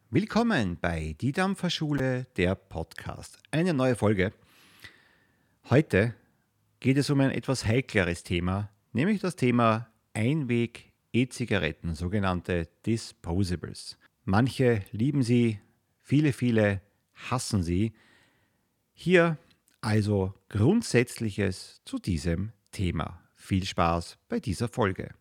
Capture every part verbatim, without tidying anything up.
Willkommen bei Die Dampferschule, der Podcast. Eine neue Folge. Heute geht es um ein etwas heikleres Thema, nämlich das Thema Einweg-E-Zigaretten, sogenannte Disposables. Manche lieben sie, viele, viele hassen sie. Hier also Grundsätzliches zu diesem Thema. Viel Spaß bei dieser Folge.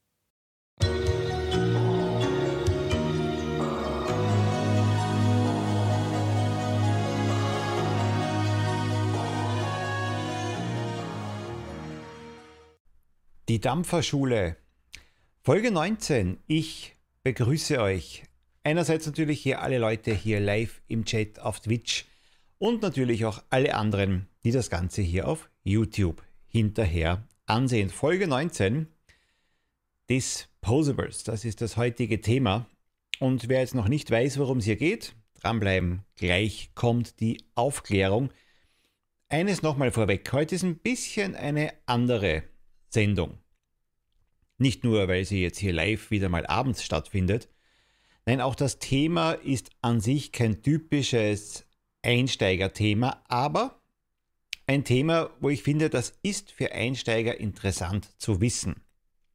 Die Dampferschule, Folge neunzehn. Ich begrüße euch. Einerseits natürlich hier alle Leute hier live im Chat auf Twitch und natürlich auch alle anderen, die das Ganze hier auf YouTube hinterher ansehen. Folge neunzehn, Disposables, das ist das heutige Thema. Und wer jetzt noch nicht weiß, worum es hier geht, dranbleiben, gleich kommt die Aufklärung. Eines nochmal vorweg, heute ist ein bisschen eine andere Sendung. Nicht nur, weil sie jetzt hier live wieder mal abends stattfindet. Nein, auch das Thema ist an sich kein typisches Einsteigerthema, aber ein Thema, wo ich finde, das ist für Einsteiger interessant zu wissen.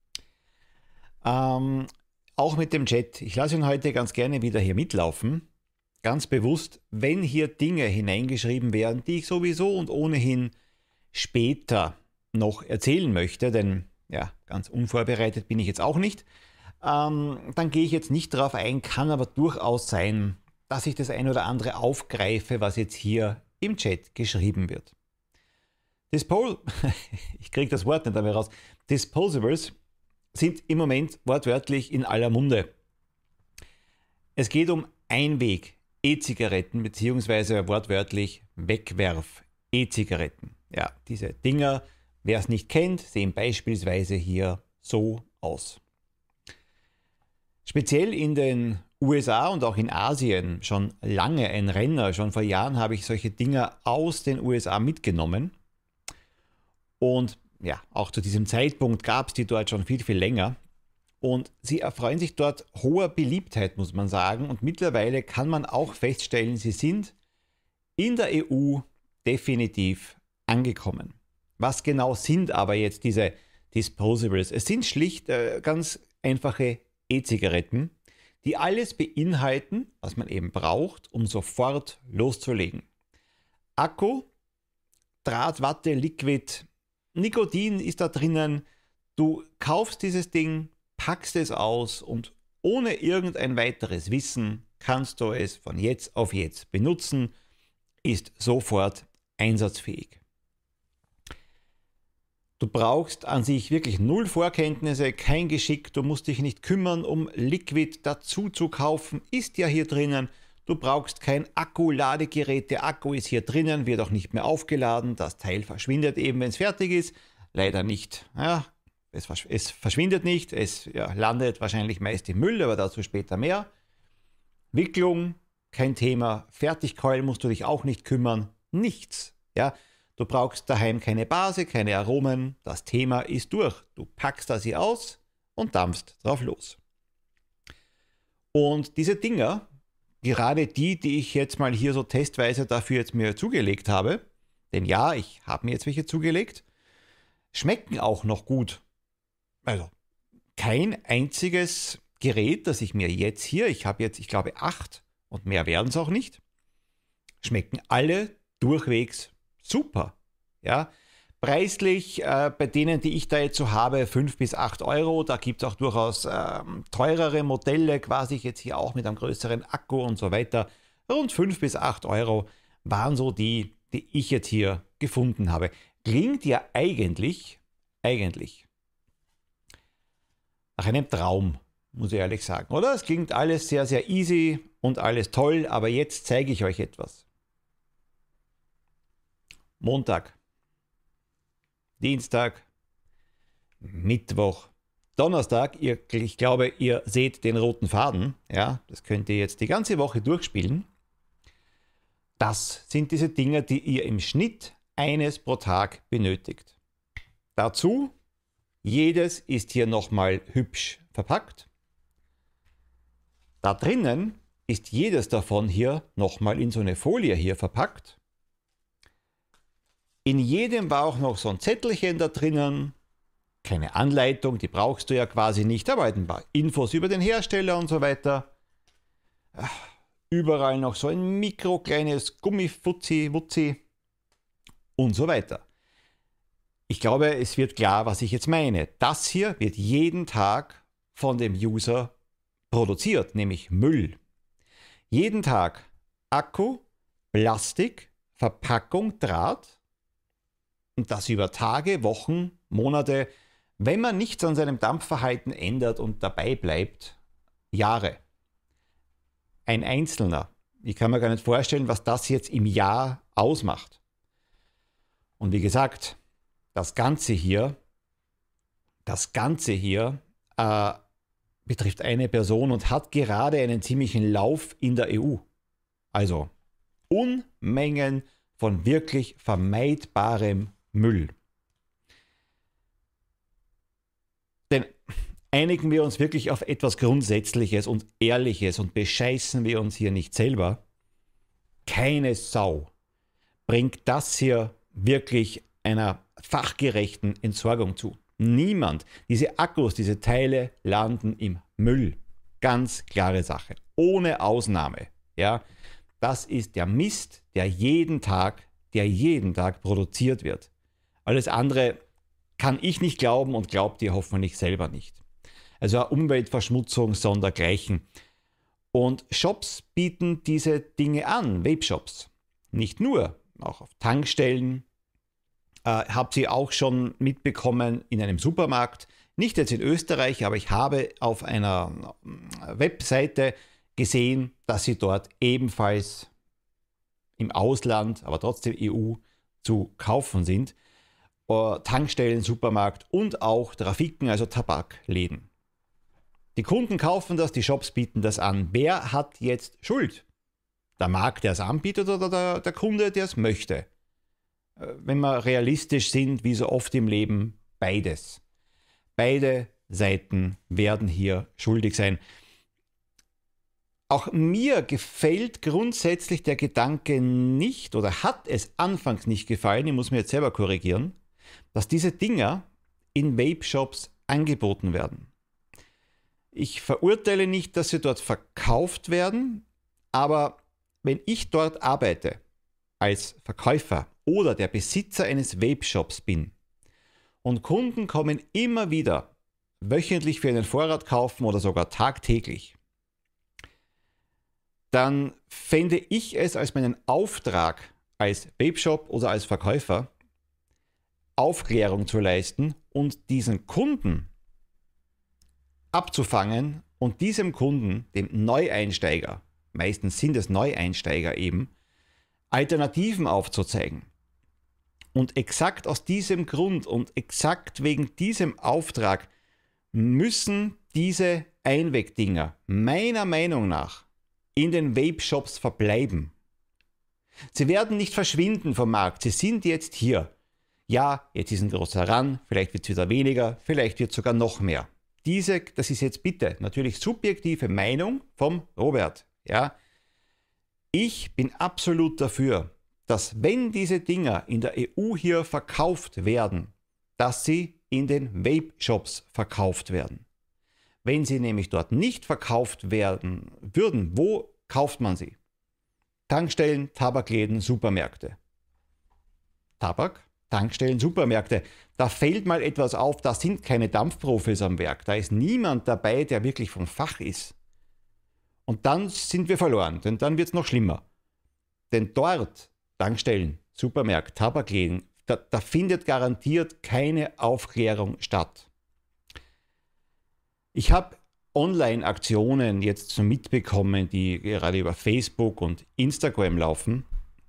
Ähm, auch mit dem Chat. Ich lasse ihn heute ganz gerne wieder hier mitlaufen. Ganz bewusst, wenn hier Dinge hineingeschrieben werden, die ich sowieso und ohnehin später noch erzählen möchte, denn ja, ganz unvorbereitet bin ich jetzt auch nicht, ähm, dann gehe ich jetzt nicht darauf ein, kann aber durchaus sein, dass ich das ein oder andere aufgreife, was jetzt hier im Chat geschrieben wird. Dispo- ich kriege das Wort nicht mehr raus. Disposables sind im Moment wortwörtlich in aller Munde. Es geht um Einweg-E-Zigaretten beziehungsweise wortwörtlich Wegwerf-E-Zigaretten. Ja, diese Dinger, wer es nicht kennt, sehen beispielsweise hier so aus. Speziell in den U S A und auch in Asien schon lange ein Renner. Schon vor Jahren habe ich solche Dinger aus den U S A mitgenommen. Und ja, auch zu diesem Zeitpunkt gab es die dort schon viel, viel länger. Und sie erfreuen sich dort hoher Beliebtheit, muss man sagen. Und mittlerweile kann man auch feststellen, sie sind in der E U definitiv angekommen. Was genau sind aber jetzt diese Disposables? Es sind schlicht äh, ganz einfache E-Zigaretten, die alles beinhalten, was man eben braucht, um sofort loszulegen. Akku, Draht, Watte, Liquid, Nikotin ist da drinnen. Du kaufst dieses Ding, packst es aus und ohne irgendein weiteres Wissen kannst du es von jetzt auf jetzt benutzen, ist sofort einsatzfähig. Du brauchst an sich wirklich null Vorkenntnisse, kein Geschick, du musst dich nicht kümmern, um Liquid dazu zu kaufen, ist ja hier drinnen. Du brauchst kein Akku-Ladegerät, der Akku ist hier drinnen, wird auch nicht mehr aufgeladen, das Teil verschwindet eben, wenn es fertig ist. Leider nicht, ja, es, versch es verschwindet nicht, es ja, landet wahrscheinlich meist im Müll, aber dazu später mehr. Wicklung, kein Thema, Fertigkeulen musst du dich auch nicht kümmern, nichts, ja. Du brauchst daheim keine Base, keine Aromen, das Thema ist durch. Du packst das hier aus und dampfst drauf los. Und diese Dinger, gerade die, die ich jetzt mal hier so testweise dafür jetzt mir zugelegt habe, denn ja, ich habe mir jetzt welche zugelegt, schmecken auch noch gut. Also kein einziges Gerät, das ich mir jetzt hier, ich habe jetzt, ich glaube, acht und mehr werden es auch nicht, schmecken alle durchwegs super. Ja, preislich äh, bei denen, die ich da jetzt so habe, fünf bis acht Euro. Da gibt es auch durchaus ähm, teurere Modelle, quasi jetzt hier auch mit einem größeren Akku und so weiter. Rund fünf bis acht Euro waren so die, die ich jetzt hier gefunden habe. Klingt ja eigentlich, eigentlich nach einem Traum, muss ich ehrlich sagen, oder? Es klingt alles sehr, sehr easy und alles toll, aber jetzt zeige ich euch etwas. Montag, Dienstag, Mittwoch, Donnerstag. Ihr, ich glaube, ihr seht den roten Faden. Ja, das könnt ihr jetzt die ganze Woche durchspielen. Das sind diese Dinge, die ihr im Schnitt eines pro Tag benötigt. Dazu, jedes ist hier nochmal hübsch verpackt. Da drinnen ist jedes davon hier nochmal in so eine Folie hier verpackt. In jedem war auch noch so ein Zettelchen da drinnen. Keine Anleitung, die brauchst du ja quasi nicht, aber halt ein paar Infos über den Hersteller und so weiter. Überall noch so ein mikrokleines Gummifutzi-Wutzi und so weiter. Ich glaube, es wird klar, was ich jetzt meine. Das hier wird jeden Tag von dem User produziert, nämlich Müll. Jeden Tag Akku, Plastik, Verpackung, Draht und das über Tage, Wochen, Monate, wenn man nichts an seinem Dampfverhalten ändert und dabei bleibt, Jahre. Ein Einzelner. Ich kann mir gar nicht vorstellen, was das jetzt im Jahr ausmacht. Und wie gesagt, das Ganze hier, das Ganze hier äh, betrifft eine Person und hat gerade einen ziemlichen Lauf in der E U. Also Unmengen von wirklich vermeidbarem Müll. Denn einigen wir uns wirklich auf etwas Grundsätzliches und Ehrliches und bescheißen wir uns hier nicht selber. Keine Sau bringt das hier wirklich einer fachgerechten Entsorgung zu. Niemand. Diese Akkus, diese Teile landen im Müll. Ganz klare Sache. Ohne Ausnahme. Ja, das ist der Mist, der jeden Tag, der jeden Tag produziert wird. Alles andere kann ich nicht glauben und glaubt ihr hoffentlich selber nicht. Also eine Umweltverschmutzung sondergleichen. Und Shops bieten diese Dinge an, Vape-Shops. Nicht nur, auch auf Tankstellen. Äh, habe sie auch schon mitbekommen in einem Supermarkt. Nicht jetzt in Österreich, aber ich habe auf einer Webseite gesehen, dass sie dort ebenfalls im Ausland, aber trotzdem E U, zu kaufen sind. Äh, Tankstellen, Supermarkt und auch Trafiken, also Tabakläden. Die Kunden kaufen das, die Shops bieten das an. Wer hat jetzt Schuld? Der Markt, der es anbietet, oder der, der Kunde, der es möchte? Wenn wir realistisch sind, wie so oft im Leben, beides. Beide Seiten werden hier schuldig sein. Auch mir gefällt grundsätzlich der Gedanke nicht, oder hat es anfangs nicht gefallen, ich muss mir jetzt selber korrigieren, dass diese Dinger in Vape-Shops angeboten werden. Ich verurteile nicht, dass sie dort verkauft werden, aber wenn ich dort arbeite, als Verkäufer oder der Besitzer eines Vape-Shops bin und Kunden kommen immer wieder wöchentlich für einen Vorrat kaufen oder sogar tagtäglich, dann fände ich es als meinen Auftrag als Vape-Shop oder als Verkäufer, Aufklärung zu leisten und diesen Kunden abzufangen und diesem Kunden, dem Neueinsteiger, meistens sind es Neueinsteiger eben, Alternativen aufzuzeigen. Und exakt aus diesem Grund und exakt wegen diesem Auftrag müssen diese Einwegdinger meiner Meinung nach in den Vape-Shops verbleiben. Sie werden nicht verschwinden vom Markt, sie sind jetzt hier. Ja, jetzt ist ein großer Run, vielleicht wird es wieder weniger, vielleicht wird es sogar noch mehr. Diese, das ist jetzt bitte natürlich subjektive Meinung vom Robert. Ja, ich bin absolut dafür, dass wenn diese Dinger in der E U hier verkauft werden, dass sie in den Vape-Shops verkauft werden. Wenn sie nämlich dort nicht verkauft werden würden, wo kauft man sie? Tankstellen, Tabakläden, Supermärkte. Tabak, Tankstellen, Supermärkte. Da fällt mal etwas auf, da sind keine Dampfprofis am Werk. Da ist niemand dabei, der wirklich vom Fach ist. Und dann sind wir verloren, denn dann wird es noch schlimmer. Denn dort, Tankstellen, Supermärkte, Tabakläden, da, da findet garantiert keine Aufklärung statt. Ich habe Online-Aktionen jetzt so mitbekommen, die gerade über Facebook und Instagram laufen,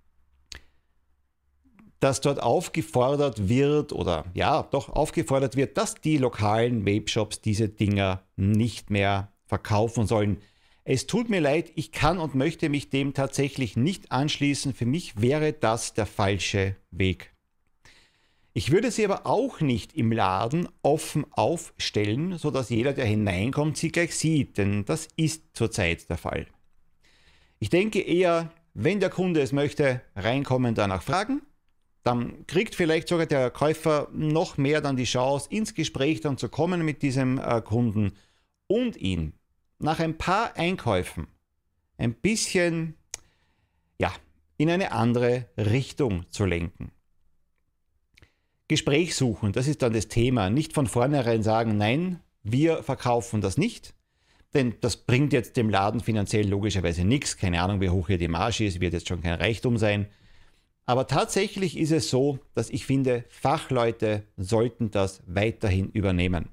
dass dort aufgefordert wird, oder ja, doch aufgefordert wird, dass die lokalen Vape-Shops diese Dinger nicht mehr verkaufen sollen. Es tut mir leid, ich kann und möchte mich dem tatsächlich nicht anschließen. Für mich wäre das der falsche Weg. Ich würde sie aber auch nicht im Laden offen aufstellen, sodass jeder, der hineinkommt, sie gleich sieht, denn das ist zurzeit der Fall. Ich denke eher, wenn der Kunde es möchte, reinkommen, danach fragen. Dann kriegt vielleicht sogar der Käufer noch mehr dann die Chance, ins Gespräch dann zu kommen mit diesem äh, Kunden und ihn nach ein paar Einkäufen ein bisschen, ja, in eine andere Richtung zu lenken. Gespräch suchen, das ist dann das Thema. Nicht von vornherein sagen, nein, wir verkaufen das nicht, denn das bringt jetzt dem Laden finanziell logischerweise nichts. Keine Ahnung, wie hoch hier die Marge ist, wird jetzt schon kein Reichtum sein. Aber tatsächlich ist es so, dass ich finde, Fachleute sollten das weiterhin übernehmen.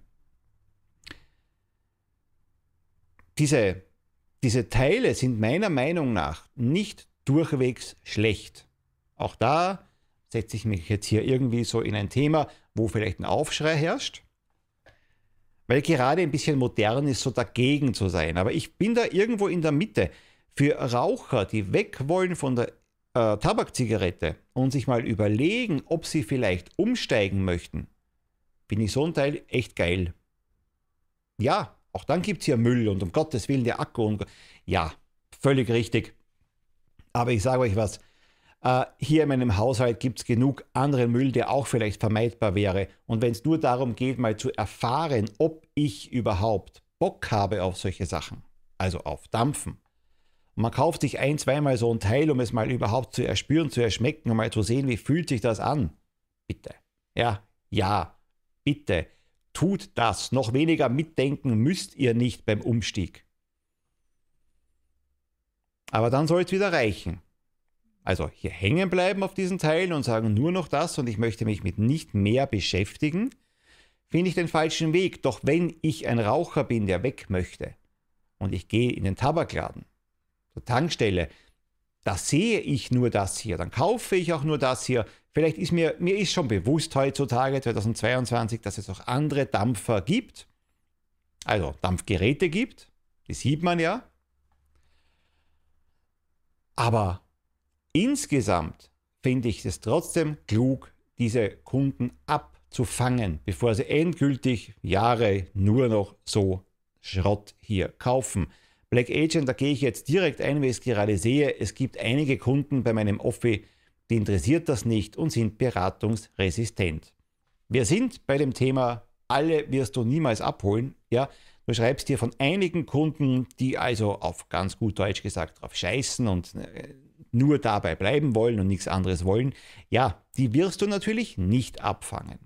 Diese, diese Teile sind meiner Meinung nach nicht durchwegs schlecht. Auch da setze ich mich jetzt hier irgendwie so in ein Thema, wo vielleicht ein Aufschrei herrscht, weil gerade ein bisschen modern ist, so dagegen zu sein. Aber ich bin da irgendwo in der Mitte. Für Raucher, die weg wollen von der äh, Tabakzigarette und sich mal überlegen, ob sie vielleicht umsteigen möchten, finde ich so ein Teil echt geil. Ja, auch dann gibt es hier Müll und um Gottes Willen der Akku. Und ja, völlig richtig. Aber ich sage euch was, äh, hier in meinem Haushalt gibt es genug anderen Müll, der auch vielleicht vermeidbar wäre. Und wenn es nur darum geht, mal zu erfahren, ob ich überhaupt Bock habe auf solche Sachen, also auf Dampfen. Und man kauft sich ein, zweimal so ein Teil, um es mal überhaupt zu erspüren, zu erschmecken und mal zu sehen, wie fühlt sich das an. Bitte. Ja, ja, bitte. Tut das. Noch weniger mitdenken müsst ihr nicht beim Umstieg. Aber dann soll es wieder reichen. Also hier hängen bleiben auf diesen Teilen und sagen nur noch das und ich möchte mich mit nicht mehr beschäftigen, finde ich den falschen Weg. Doch wenn ich ein Raucher bin, der weg möchte und ich gehe in den Tabakladen, zur Tankstelle, da sehe ich nur das hier, dann kaufe ich auch nur das hier. Vielleicht ist mir, mir ist schon bewusst heutzutage, zweitausendzweiundzwanzig, dass es auch andere Dampfer gibt, also Dampfgeräte gibt, die sieht man ja. Aber insgesamt finde ich es trotzdem klug, diese Kunden abzufangen, bevor sie endgültig Jahre nur noch so Schrott hier kaufen. Black Agent, da gehe ich jetzt direkt ein, wie ich es gerade sehe. Es gibt einige Kunden bei meinem Offi, die interessiert das nicht und sind beratungsresistent. Wir sind bei dem Thema, alle wirst du niemals abholen. Ja, du schreibst hier von einigen Kunden, die also auf ganz gut Deutsch gesagt drauf scheißen und nur dabei bleiben wollen und nichts anderes wollen. Ja, die wirst du natürlich nicht abfangen.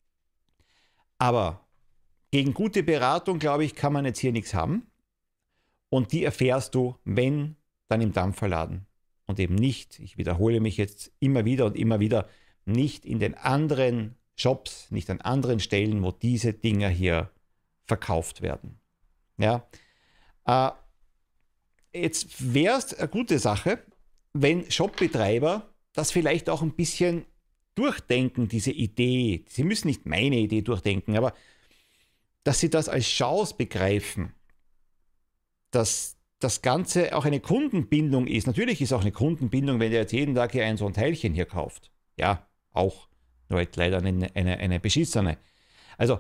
Aber gegen gute Beratung, glaube ich, kann man jetzt hier nichts haben. Und die erfährst du, wenn, dann im Dampferladen. Und eben nicht, ich wiederhole mich jetzt immer wieder und immer wieder, nicht in den anderen Shops, nicht an anderen Stellen, wo diese Dinger hier verkauft werden. Ja, äh, jetzt wäre es eine gute Sache, wenn Shopbetreiber das vielleicht auch ein bisschen durchdenken, diese Idee. Sie müssen nicht meine Idee durchdenken, aber dass sie das als Chance begreifen, dass das Ganze auch eine Kundenbindung ist. Natürlich ist auch eine Kundenbindung, wenn der jetzt jeden Tag hier ein so ein Teilchen hier kauft. Ja, auch. Nur halt leider eine, eine, eine beschissene. Also,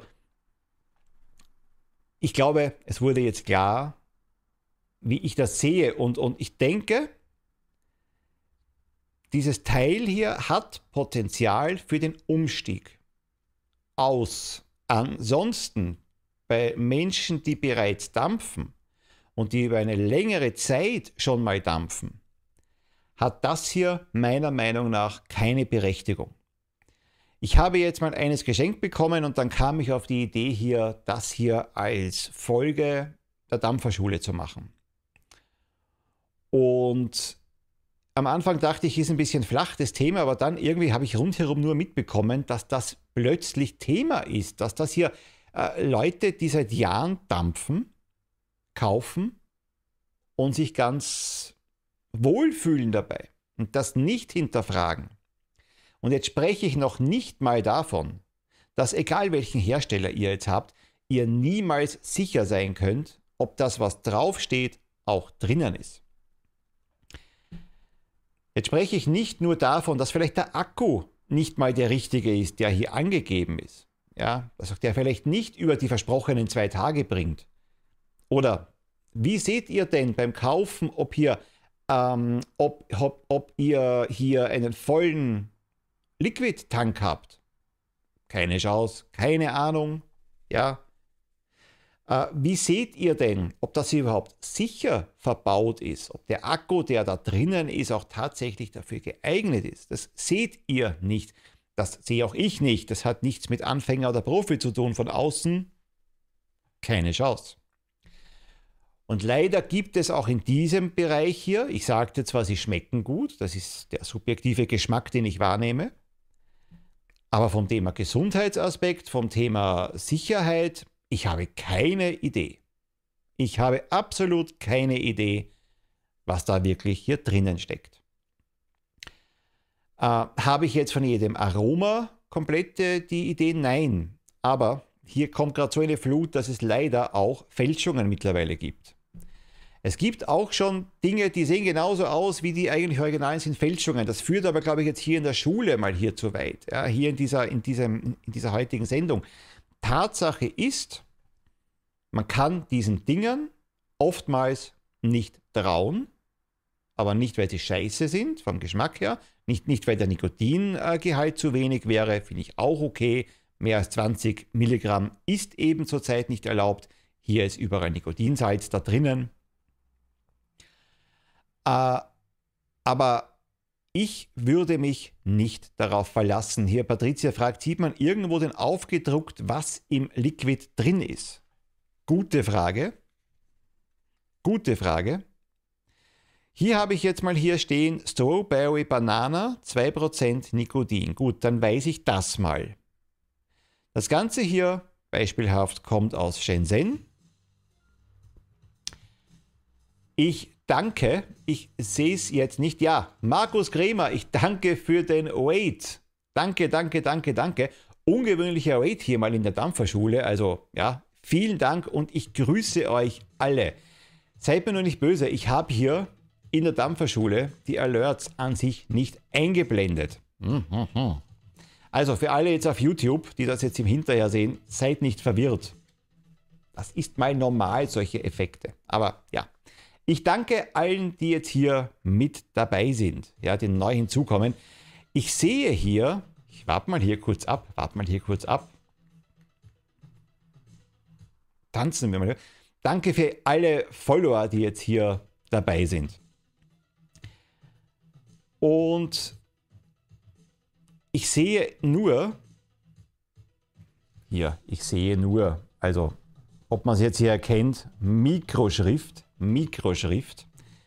ich glaube, es wurde jetzt klar, wie ich das sehe. Und, und ich denke, dieses Teil hier hat Potenzial für den Umstieg. Aus. Ansonsten, bei Menschen, die bereits dampfen, und die über eine längere Zeit schon mal dampfen, hat das hier meiner Meinung nach keine Berechtigung. Ich habe jetzt mal eines geschenkt bekommen und dann kam ich auf die Idee hier, das hier als Folge der Dampferschule zu machen. Und am Anfang dachte ich, ist ein bisschen flach das Thema, aber dann irgendwie habe ich rundherum nur mitbekommen, dass das plötzlich Thema ist, dass das hier äh, Leute, die seit Jahren dampfen, kaufen und sich ganz wohlfühlen dabei und das nicht hinterfragen. Und jetzt spreche ich noch nicht mal davon, dass egal welchen Hersteller ihr jetzt habt, ihr niemals sicher sein könnt, ob das, was draufsteht, auch drinnen ist. Jetzt spreche ich nicht nur davon, dass vielleicht der Akku nicht mal der richtige ist, der hier angegeben ist. Ja, also der vielleicht nicht über die versprochenen zwei Tage bringt. Oder wie seht ihr denn beim Kaufen, ob hier ähm, ob, ob, ob ihr hier einen vollen Liquid-Tank habt. Keine Chance, keine Ahnung. Ja. Äh, wie seht ihr denn, ob das überhaupt sicher verbaut ist? Ob der Akku, der da drinnen ist, auch tatsächlich dafür geeignet ist? Das seht ihr nicht. Das sehe auch ich nicht. Das hat nichts mit Anfänger oder Profi zu tun. Von außen keine Chance. Und leider gibt es auch in diesem Bereich hier, ich sagte zwar, sie schmecken gut, das ist der subjektive Geschmack, den ich wahrnehme, aber vom Thema Gesundheitsaspekt, vom Thema Sicherheit, ich habe keine Idee. Ich habe absolut keine Idee, was da wirklich hier drinnen steckt. Äh, habe ich jetzt von jedem Aroma komplett äh, die Idee? Nein. Aber hier kommt gerade so eine Flut, dass es leider auch Fälschungen mittlerweile gibt. Es gibt auch schon Dinge, die sehen genauso aus, wie die eigentlich originalen sind, Fälschungen. Das führt aber, glaube ich, jetzt hier in der Schule mal hier zu weit. Ja, hier in dieser, in, diesem, in dieser heutigen Sendung. Tatsache ist, man kann diesen Dingern oftmals nicht trauen, aber nicht, weil sie scheiße sind, vom Geschmack her, nicht, nicht weil der Nikotingehalt zu wenig wäre, finde ich auch okay. Mehr als zwanzig Milligramm ist eben zurzeit nicht erlaubt. Hier ist überall Nikotinsalz da drinnen. Äh, aber ich würde mich nicht darauf verlassen. Hier, Patricia fragt, sieht man irgendwo denn aufgedruckt, was im Liquid drin ist? Gute Frage. Gute Frage. Hier habe ich jetzt mal hier stehen, Strawberry Banana, zwei Prozent Nikotin. Gut, dann weiß ich das mal. Das Ganze hier, beispielhaft, kommt aus Shenzhen. Ich danke, ich sehe es jetzt nicht. Ja, Markus Kremer, ich danke für den Raid. Danke, danke, danke, danke. Ungewöhnlicher Raid hier mal in der Dampferschule. Also, ja, vielen Dank und ich grüße euch alle. Seid mir nur nicht böse, ich habe hier in der Dampferschule die Alerts an sich nicht eingeblendet. Also für alle jetzt auf YouTube, die das jetzt im Hinterher sehen, seid nicht verwirrt. Das ist mal normal, solche Effekte. Aber ja, ich danke allen, die jetzt hier mit dabei sind, ja, die neu hinzukommen. Ich sehe hier, ich warte mal hier kurz ab, warte mal hier kurz ab. Tanzen wir mal hier. Danke für alle Follower, die jetzt hier dabei sind. Und ich sehe nur, hier, ich sehe nur, also ob man es jetzt hier erkennt, Mikroschrift, Mikroschrift.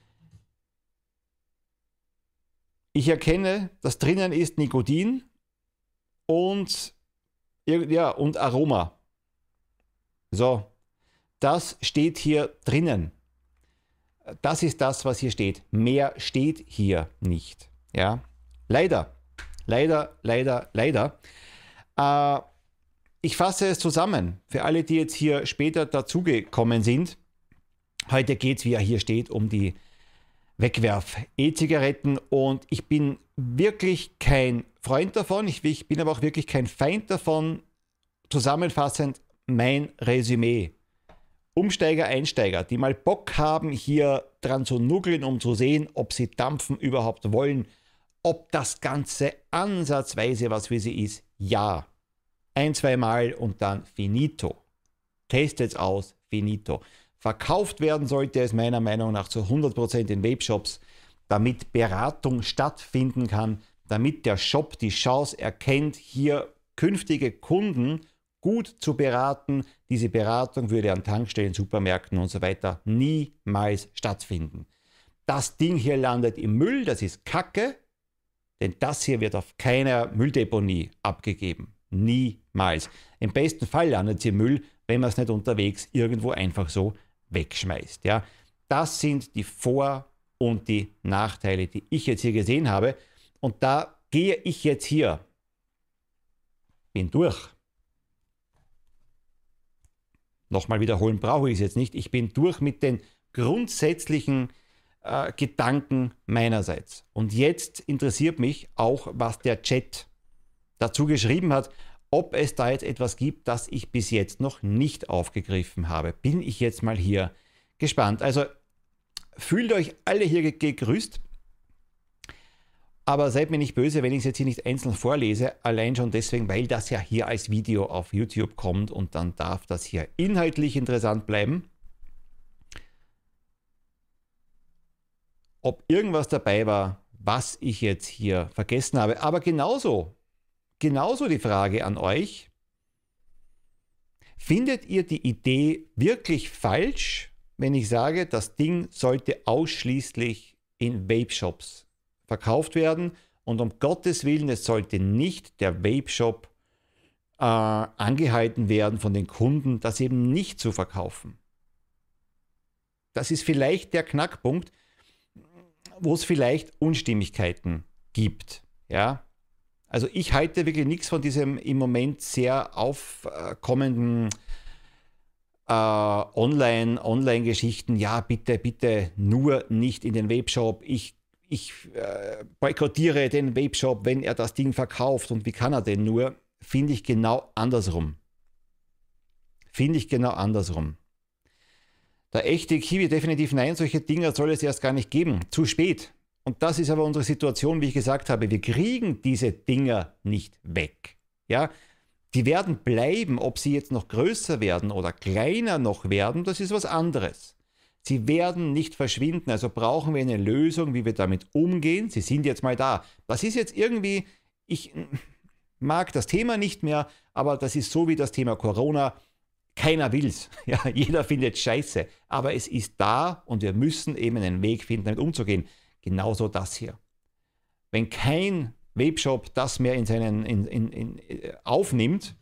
Ich erkenne, dass drinnen ist Nikotin und, ja, und Aroma. So, das steht hier drinnen. Das ist das, was hier steht. Mehr steht hier nicht. Ja, leider, leider, leider, leider. Äh, ich fasse es zusammen. Für alle, die jetzt hier später dazugekommen sind. Heute geht es, wie er hier steht, um die Wegwerf-E-Zigaretten. Und ich bin wirklich kein Freund davon. Ich, ich bin aber auch wirklich kein Feind davon. Zusammenfassend mein Resümee. Umsteiger, Einsteiger, die mal Bock haben, hier dran zu nuckeln, um zu sehen, ob sie dampfen überhaupt wollen, ob das Ganze ansatzweise was für sie ist. Ja. Ein, zwei Mal und dann finito. Testet's aus, finito. Verkauft werden sollte es meiner Meinung nach zu hundert Prozent in Vape-Shops, damit Beratung stattfinden kann, damit der Shop die Chance erkennt, hier künftige Kunden gut zu beraten. Diese Beratung würde an Tankstellen, Supermärkten und so weiter niemals stattfinden. Das Ding hier landet im Müll, das ist Kacke, denn das hier wird auf keiner Mülldeponie abgegeben. Niemals. Im besten Fall landet es im Müll, wenn man es nicht unterwegs irgendwo einfach so wegschmeißt. Ja? Das sind die Vor- und die Nachteile, die ich jetzt hier gesehen habe. Und da gehe ich jetzt hier, bin durch. Nochmal wiederholen brauche ich es jetzt nicht. Ich bin durch mit den grundsätzlichen äh, Gedanken meinerseits. Und jetzt interessiert mich auch, was der Chat dazu geschrieben hat, ob es da jetzt etwas gibt, das ich bis jetzt noch nicht aufgegriffen habe. Bin ich jetzt mal hier gespannt. Also fühlt euch alle hier gegrüßt. Aber seid mir nicht böse, wenn ich es jetzt hier nicht einzeln vorlese, allein schon deswegen, weil das ja hier als Video auf YouTube kommt und dann darf das hier inhaltlich interessant bleiben. Ob irgendwas dabei war, was ich jetzt hier vergessen habe. Aber genauso, genauso die Frage an euch. Findet ihr die Idee wirklich falsch, wenn ich sage, das Ding sollte ausschließlich in Vape-Shops verkauft werden und um Gottes Willen, es sollte nicht der Vape-Shop äh, angehalten werden von den Kunden, das eben nicht zu verkaufen? Das ist vielleicht der Knackpunkt, wo es vielleicht Unstimmigkeiten gibt. Ja? Also ich halte wirklich nichts von diesem im Moment sehr aufkommenden äh, Online, Online-Geschichten. Ja, bitte, bitte nur nicht in den Vape-Shop. Ich Ich äh, boykottiere den Vape-Shop, wenn er das Ding verkauft. Und wie kann er denn nur? Finde ich genau andersrum. Finde ich genau andersrum. Der echte Kiwi definitiv nein, solche Dinger soll es erst gar nicht geben. Zu spät. Und das ist aber unsere Situation, wie ich gesagt habe. Wir kriegen diese Dinger nicht weg. Ja? Die werden bleiben, ob sie jetzt noch größer werden oder kleiner noch werden, das ist was anderes. Sie werden nicht verschwinden, also brauchen wir eine Lösung, wie wir damit umgehen. Sie sind jetzt mal da. Das ist jetzt irgendwie, ich mag das Thema nicht mehr, aber das ist so wie das Thema Corona. Keiner will's. Ja, jeder findet Scheiße. Aber es ist da und wir müssen eben einen Weg finden, damit umzugehen. Genauso das hier. Wenn kein Webshop das mehr in seinen, in, in, in, aufnimmt,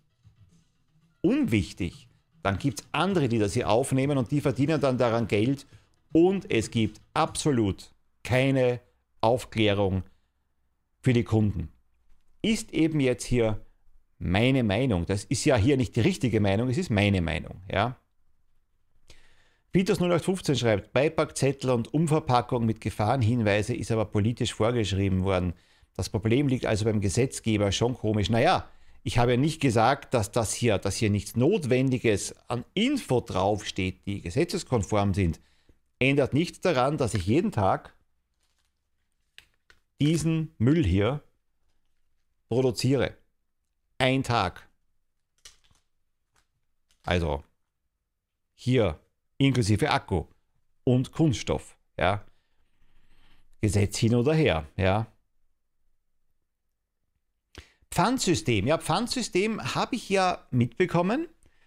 unwichtig, dann gibt es andere, die das hier aufnehmen und die verdienen dann daran Geld und es gibt absolut keine Aufklärung für die Kunden. Ist eben jetzt hier meine Meinung. Das ist ja hier nicht die richtige Meinung, es ist meine Meinung. Ja? Vitus null acht fünfzehn schreibt, Beipackzettel und Umverpackung mit Gefahrenhinweise ist aber politisch vorgeschrieben worden. Das Problem liegt also beim Gesetzgeber, schon komisch. Naja, ich habe ja nicht gesagt, dass das hier, dass hier nichts Notwendiges an Info draufsteht, die gesetzeskonform sind. Ändert nichts daran, dass ich jeden Tag diesen Müll hier produziere. Ein Tag. Also hier inklusive Akku und Kunststoff. Ja. Gesetz hin oder her. Ja. Pfandsystem. Ja, Pfandsystem habe ich ja mitbekommen.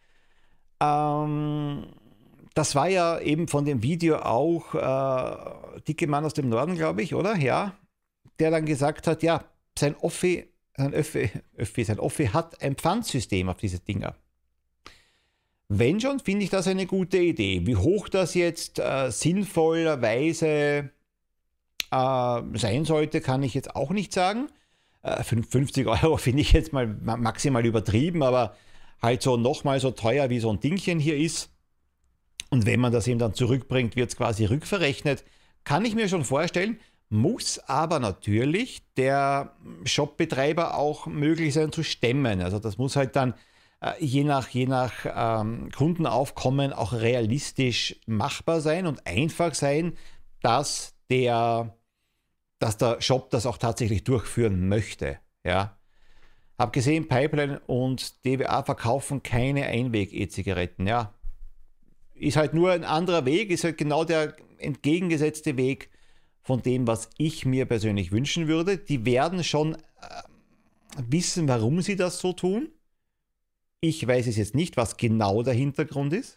Ähm, das war ja eben von dem Video auch äh, dicke Mann aus dem Norden, glaube ich, oder? Ja. Der dann gesagt hat, ja, sein Offi, sein Öffi, Öffi, sein Offi hat ein Pfandsystem auf diese Dinger. Wenn schon, finde ich das eine gute Idee. Wie hoch das jetzt äh, sinnvollerweise äh, sein sollte, kann ich jetzt auch nicht sagen. fünfzig Euro finde ich jetzt mal maximal übertrieben, aber halt so nochmal so teuer wie so ein Dingchen hier ist. Und wenn man das eben dann zurückbringt, wird es quasi rückverrechnet. Kann ich mir schon vorstellen, muss aber natürlich der Shopbetreiber auch möglich sein zu stemmen. Also das muss halt dann äh, je nach, je nach ähm, Kundenaufkommen auch realistisch machbar sein und einfach sein, dass der dass der Shop das auch tatsächlich durchführen möchte. Ja. Hab gesehen, Pipeline und D W A verkaufen keine Einweg-E-Zigaretten. Ja. Ist halt nur ein anderer Weg, ist halt genau der entgegengesetzte Weg von dem, was ich mir persönlich wünschen würde. Die werden schon äh, wissen, warum sie das so tun. Ich weiß es jetzt nicht, was genau der Hintergrund ist.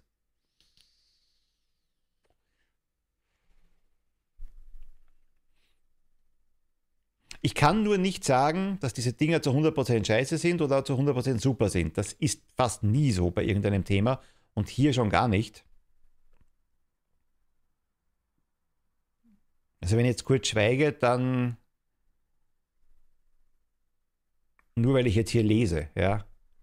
Ich kann nur nicht sagen, dass diese Dinger zu hundert Prozent scheiße sind oder zu hundert Prozent super sind. Das ist fast nie so bei irgendeinem Thema und hier schon gar nicht. Also wenn ich jetzt kurz schweige, dann nur weil ich jetzt hier lese, ja.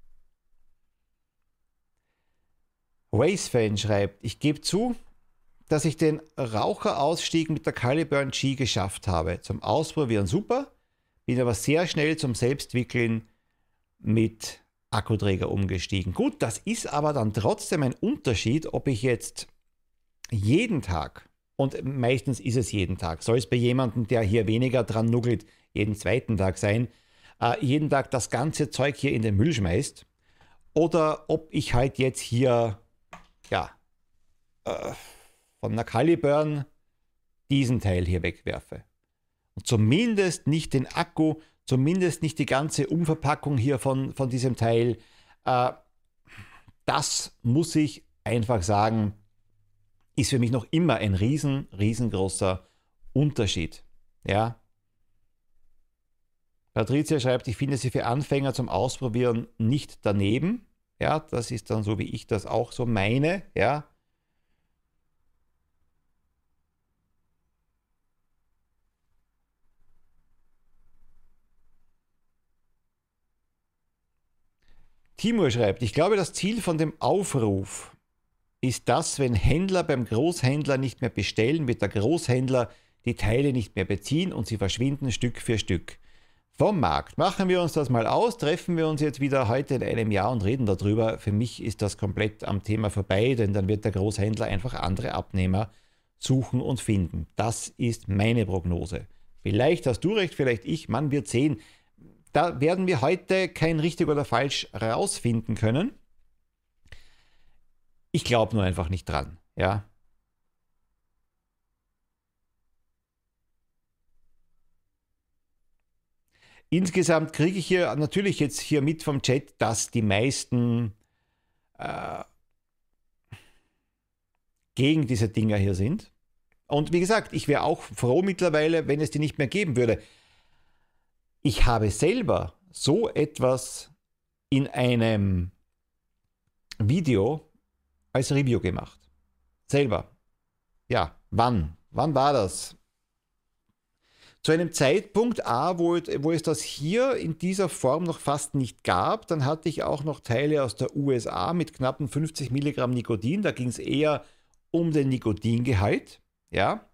Racefan schreibt, ich gebe zu, dass ich den Raucherausstieg mit der Caliburn G geschafft habe. Zum Ausprobieren super, bin aber sehr schnell zum Selbstwickeln mit Akkuträger umgestiegen. Gut, das ist aber dann trotzdem ein Unterschied, ob ich jetzt jeden Tag Und meistens ist es jeden Tag. Soll es bei jemandem, der hier weniger dran nuggelt, jeden zweiten Tag sein, äh, jeden Tag das ganze Zeug hier in den Müll schmeißt. Oder ob ich halt jetzt hier, ja, äh, von einer Caliburn diesen Teil hier wegwerfe. Und zumindest nicht den Akku, zumindest nicht die ganze Umverpackung hier von, von diesem Teil. Äh, das muss ich einfach sagen, ist für mich noch immer ein riesen, riesengroßer Unterschied. Ja. Patricia schreibt, ich finde sie für Anfänger zum Ausprobieren nicht daneben. Ja, das ist dann so, wie ich das auch so meine. Ja. Timur schreibt, ich glaube, das Ziel von dem Aufruf ist das, wenn Händler beim Großhändler nicht mehr bestellen, wird der Großhändler die Teile nicht mehr beziehen und sie verschwinden Stück für Stück vom Markt. Machen wir uns das mal aus, treffen wir uns jetzt wieder heute in einem Jahr und reden darüber. Für mich ist das komplett am Thema vorbei, denn dann wird der Großhändler einfach andere Abnehmer suchen und finden. Das ist meine Prognose. Vielleicht hast du recht, vielleicht ich, man wird sehen. Da werden wir heute kein richtig oder falsch rausfinden können. Ich glaube nur einfach nicht dran. Ja. Insgesamt kriege ich hier natürlich jetzt hier mit vom Chat, dass die meisten äh, gegen diese Dinger hier sind. Und wie gesagt, ich wäre auch froh mittlerweile, wenn es die nicht mehr geben würde. Ich habe selber so etwas in einem Video als Review gemacht. Selber. Ja, wann? Wann war das? Zu einem Zeitpunkt A, wo, wo es das hier in dieser Form noch fast nicht gab. Dann hatte ich auch noch Teile aus der U S A mit knappen fünfzig Milligramm Nikotin. Da ging es eher um den Nikotingehalt, ja,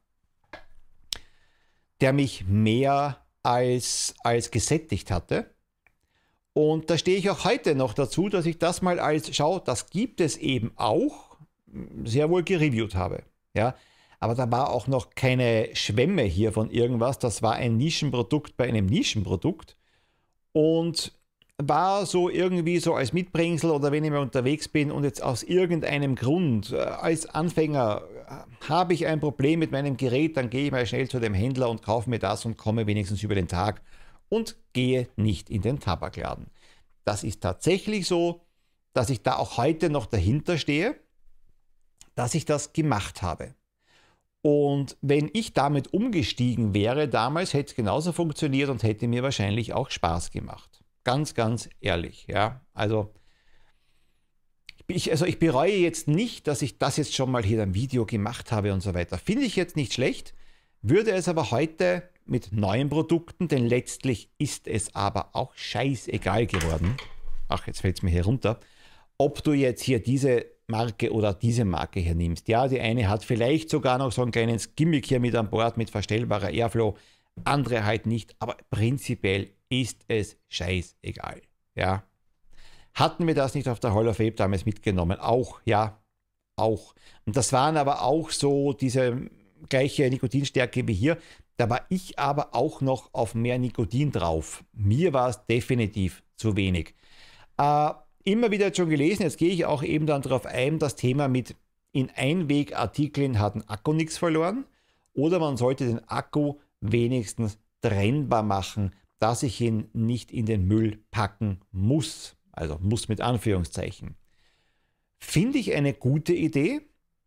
der mich mehr als, als gesättigt hatte. Und da stehe ich auch heute noch dazu, dass ich das mal als, schau, das gibt es eben auch, sehr wohl gereviewt habe. Ja, aber da war auch noch keine Schwemme hier von irgendwas. Das war ein Nischenprodukt bei einem Nischenprodukt und war so irgendwie so als Mitbringsel oder wenn ich mal unterwegs bin und jetzt aus irgendeinem Grund äh, als Anfänger äh, habe ich ein Problem mit meinem Gerät, dann gehe ich mal schnell zu dem Händler und kaufe mir das und komme wenigstens über den Tag und gehe nicht in den Tabakladen. Das ist tatsächlich so, dass ich da auch heute noch dahinter stehe, dass ich das gemacht habe. Und wenn ich damit umgestiegen wäre damals, hätte es genauso funktioniert und hätte mir wahrscheinlich auch Spaß gemacht. Ganz, ganz ehrlich. Ja, also ich, also ich bereue jetzt nicht, dass ich das jetzt schon mal hier im Video gemacht habe und so weiter. Finde ich jetzt nicht schlecht, würde es aber heute mit neuen Produkten, denn letztlich ist es aber auch scheißegal geworden. Ach, jetzt fällt es mir hier runter. Ob du jetzt hier diese Marke oder diese Marke hier nimmst. Ja, die eine hat vielleicht sogar noch so einen kleinen Gimmick hier mit an Bord mit verstellbarer Airflow, andere halt nicht, aber prinzipiell ist es scheißegal. Ja. Hatten wir das nicht auf der Hall of Fame damals mitgenommen? Auch, ja, auch. Und das waren aber auch so diese gleiche Nikotinstärke wie hier. Da war ich aber auch noch auf mehr Nikotin drauf. Mir war es definitiv zu wenig. Äh, immer wieder schon gelesen, jetzt gehe ich auch eben dann darauf ein, das Thema mit in Einwegartikeln hat ein Akku nichts verloren oder man sollte den Akku wenigstens trennbar machen, dass ich ihn nicht in den Müll packen muss. Also muss mit Anführungszeichen. Finde ich eine gute Idee.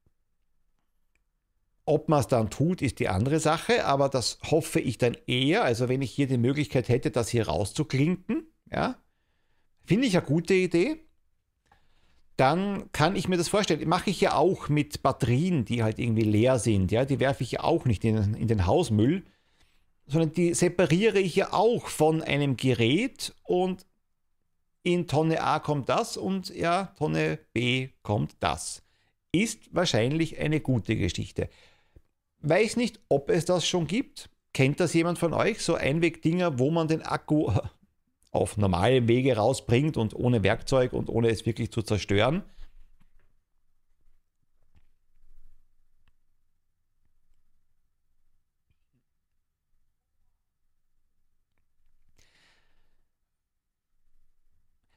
Ob man es dann tut, ist die andere Sache, aber das hoffe ich dann eher. Also wenn ich hier die Möglichkeit hätte, das hier rauszuklinken, ja, finde ich eine gute Idee. Dann kann ich mir das vorstellen. Mache ich ja auch mit Batterien, die halt irgendwie leer sind. Ja, die werfe ich ja auch nicht in, in den Hausmüll, sondern die separiere ich ja auch von einem Gerät und in Tonne A kommt das und ja, Tonne B kommt das. Ist wahrscheinlich eine gute Geschichte. Weiß nicht, ob es das schon gibt. Kennt das jemand von euch? So Einwegdinger, wo man den Akku auf normale Wege rausbringt und ohne Werkzeug und ohne es wirklich zu zerstören.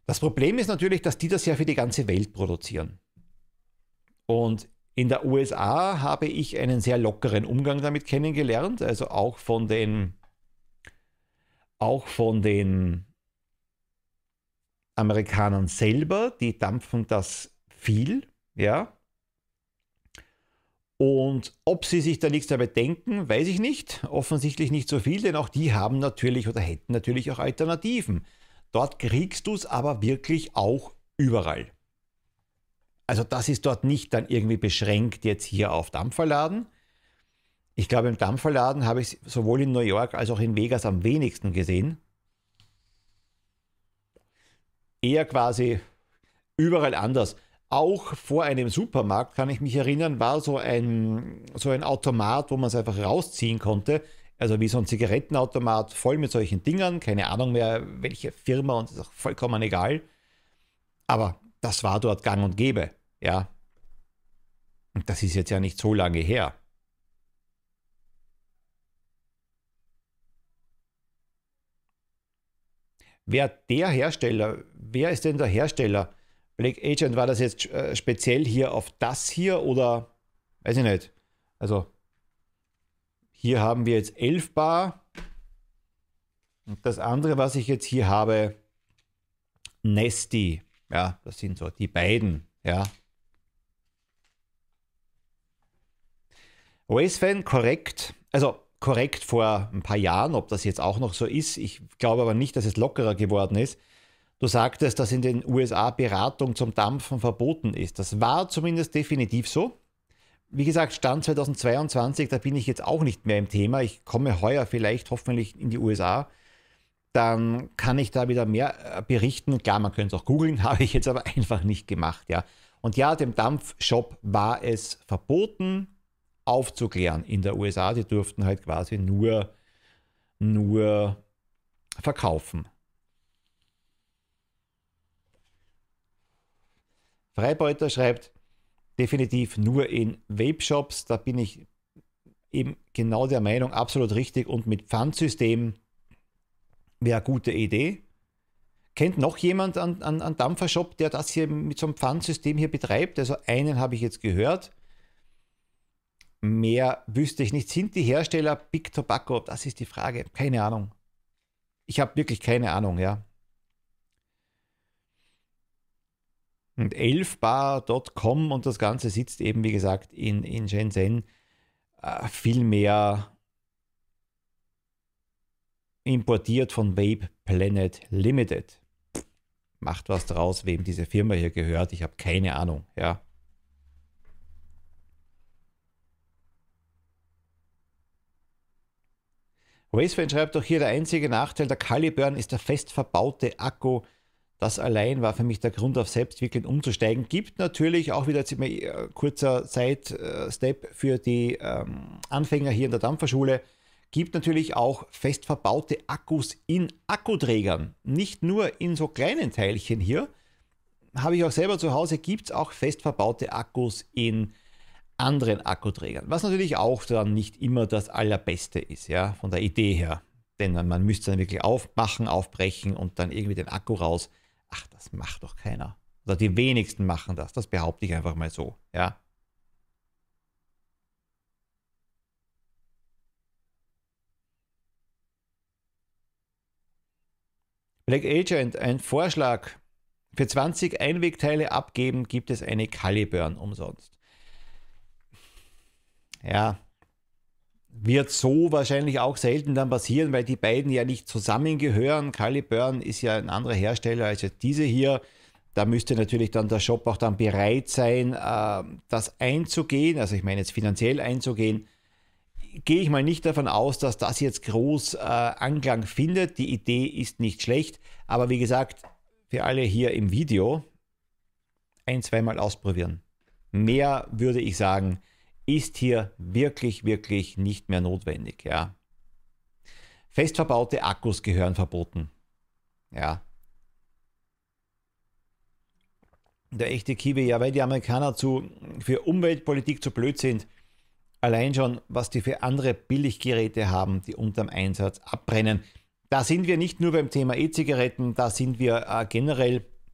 Das Problem ist natürlich, dass die das ja für die ganze Welt produzieren. Und in der U S A habe ich einen sehr lockeren Umgang damit kennengelernt, also auch von den, auch von den Amerikanern selber, die dampfen das viel, ja. Und ob sie sich da nichts dabei denken, weiß ich nicht. Offensichtlich nicht so viel, denn auch die haben natürlich oder hätten natürlich auch Alternativen. Dort kriegst du es aber wirklich auch überall. Also das ist dort nicht dann irgendwie beschränkt jetzt hier auf Dampferladen. Ich glaube, im Dampferladen habe ich es sowohl in New York als auch in Vegas am wenigsten gesehen. Eher quasi überall anders. Auch vor einem Supermarkt, kann ich mich erinnern, war so ein, so ein Automat, wo man es einfach rausziehen konnte. Also wie so ein Zigarettenautomat, voll mit solchen Dingern. Keine Ahnung mehr, welche Firma, und ist auch vollkommen egal. Aber das war dort gang und gäbe, ja. Und das ist jetzt ja nicht so lange her. Wer der Hersteller, wer ist denn der Hersteller? Black Agent, war das jetzt äh, speziell hier auf das hier oder weiß ich nicht. Also hier haben wir jetzt elf Bar und das andere, was ich jetzt hier habe, Nesty. Ja, das sind so die beiden, ja. Racefan, korrekt. Also korrekt vor ein paar Jahren, ob das jetzt auch noch so ist. Ich glaube aber nicht, dass es lockerer geworden ist. Du sagtest, dass in den U S A Beratung zum Dampfen verboten ist. Das war zumindest definitiv so. Wie gesagt, Stand zweitausendzweiundzwanzig, da bin ich jetzt auch nicht mehr im Thema. Ich komme heuer vielleicht hoffentlich in die U S A. Dann kann ich da wieder mehr berichten. Klar, man könnte es auch googeln, habe ich jetzt aber einfach nicht gemacht. Ja. Und ja, dem Dampfshop war es verboten, aufzuklären in der U S A. Die durften halt quasi nur, nur verkaufen. Freibeuter schreibt, definitiv nur in Vape-Shops. Da bin ich eben genau der Meinung, absolut richtig. Und mit Pfandsystem wäre eine gute Idee. Kennt noch jemand einen an, an Dampfershop, der das hier mit so einem Pfandsystem hier betreibt? Also einen habe ich jetzt gehört. Mehr wüsste ich nicht. Sind die Hersteller Big Tobacco? Das ist die Frage. Keine Ahnung. Ich habe wirklich keine Ahnung, ja. Und elf bar Punkt com und das Ganze sitzt eben, wie gesagt, in, in Shenzhen. Äh, viel mehr importiert von Vape Planet Limited. Macht was draus, wem diese Firma hier gehört. Ich habe keine Ahnung, ja. Racefan schreibt doch hier, der einzige Nachteil der Caliburn ist der fest verbaute Akku. Das allein war für mich der Grund, auf Selbstwickeln umzusteigen. Gibt natürlich auch wieder jetzt mal kurzer Side-Step für die ähm, Anfänger hier in der Dampferschule. Gibt natürlich auch fest verbaute Akkus in Akkuträgern. Nicht nur in so kleinen Teilchen hier. Habe ich auch selber zu Hause, gibt es auch fest verbaute Akkus in anderen Akkuträgern. Was natürlich auch dann nicht immer das Allerbeste ist, ja, von der Idee her. Denn man müsste dann wirklich aufmachen, aufbrechen und dann irgendwie den Akku raus. Ach, das macht doch keiner. Oder die wenigsten machen das. Das behaupte ich einfach mal so, ja. Black Agent, ein Vorschlag. Für zwanzig Einwegteile abgeben, gibt es eine Caliburn umsonst. Ja, wird so wahrscheinlich auch selten dann passieren, weil die beiden ja nicht zusammengehören. Caliburn ist ja ein anderer Hersteller als jetzt diese hier. Da müsste natürlich dann der Shop auch dann bereit sein, äh, das einzugehen, also ich meine jetzt finanziell einzugehen. Gehe ich mal nicht davon aus, dass das jetzt groß äh, Anklang findet. Die Idee ist nicht schlecht, aber wie gesagt, für alle hier im Video ein-, zweimal ausprobieren. Mehr würde ich sagen, ist hier wirklich, wirklich nicht mehr notwendig. Ja. Fest verbaute Akkus gehören verboten. Ja. Der echte Kiwi, ja, weil die Amerikaner zu, für Umweltpolitik zu blöd sind. Allein schon, was die für andere Billiggeräte haben, die unterm Einsatz abbrennen. Da sind wir nicht nur beim Thema E-Zigaretten, da sind wir äh, generell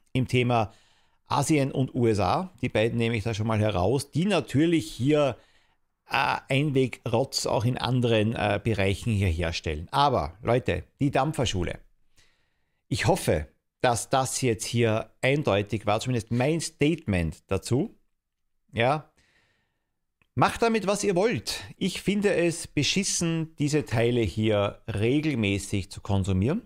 im Thema Asien und U S A. Die beiden nehme ich da schon mal heraus, die natürlich hier äh, Einwegrotz auch in anderen äh, Bereichen hier herstellen. Aber Leute, die Dampferschule. Ich hoffe, dass das jetzt hier eindeutig war, zumindest mein Statement dazu. Ja, macht damit, was ihr wollt. Ich finde es beschissen, diese Teile hier regelmäßig zu konsumieren.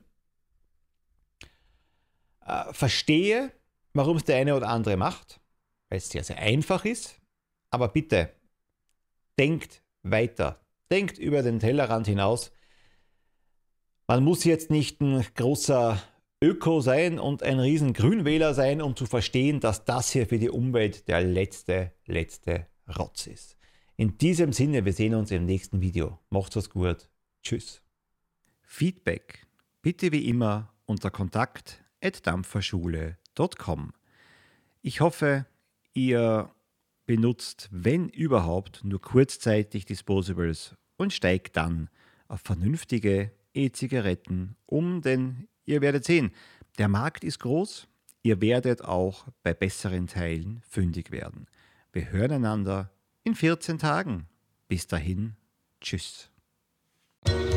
Äh, verstehe, warum es der eine oder andere macht, weil es sehr, sehr einfach ist. Aber bitte, denkt weiter. Denkt über den Tellerrand hinaus. Man muss jetzt nicht ein großer Öko sein und ein riesen Grünwähler sein, um zu verstehen, dass das hier für die Umwelt der letzte, letzte Rotz ist. In diesem Sinne, wir sehen uns im nächsten Video. Macht's was gut. Tschüss. Feedback bitte wie immer unter kontakt at dampferschule punkt com. Ich hoffe, ihr benutzt, wenn überhaupt, nur kurzzeitig Disposables und steigt dann auf vernünftige E-Zigaretten um, denn ihr werdet sehen, der Markt ist groß, ihr werdet auch bei besseren Teilen fündig werden. Wir hören einander in vierzehn Tagen. Bis dahin, tschüss.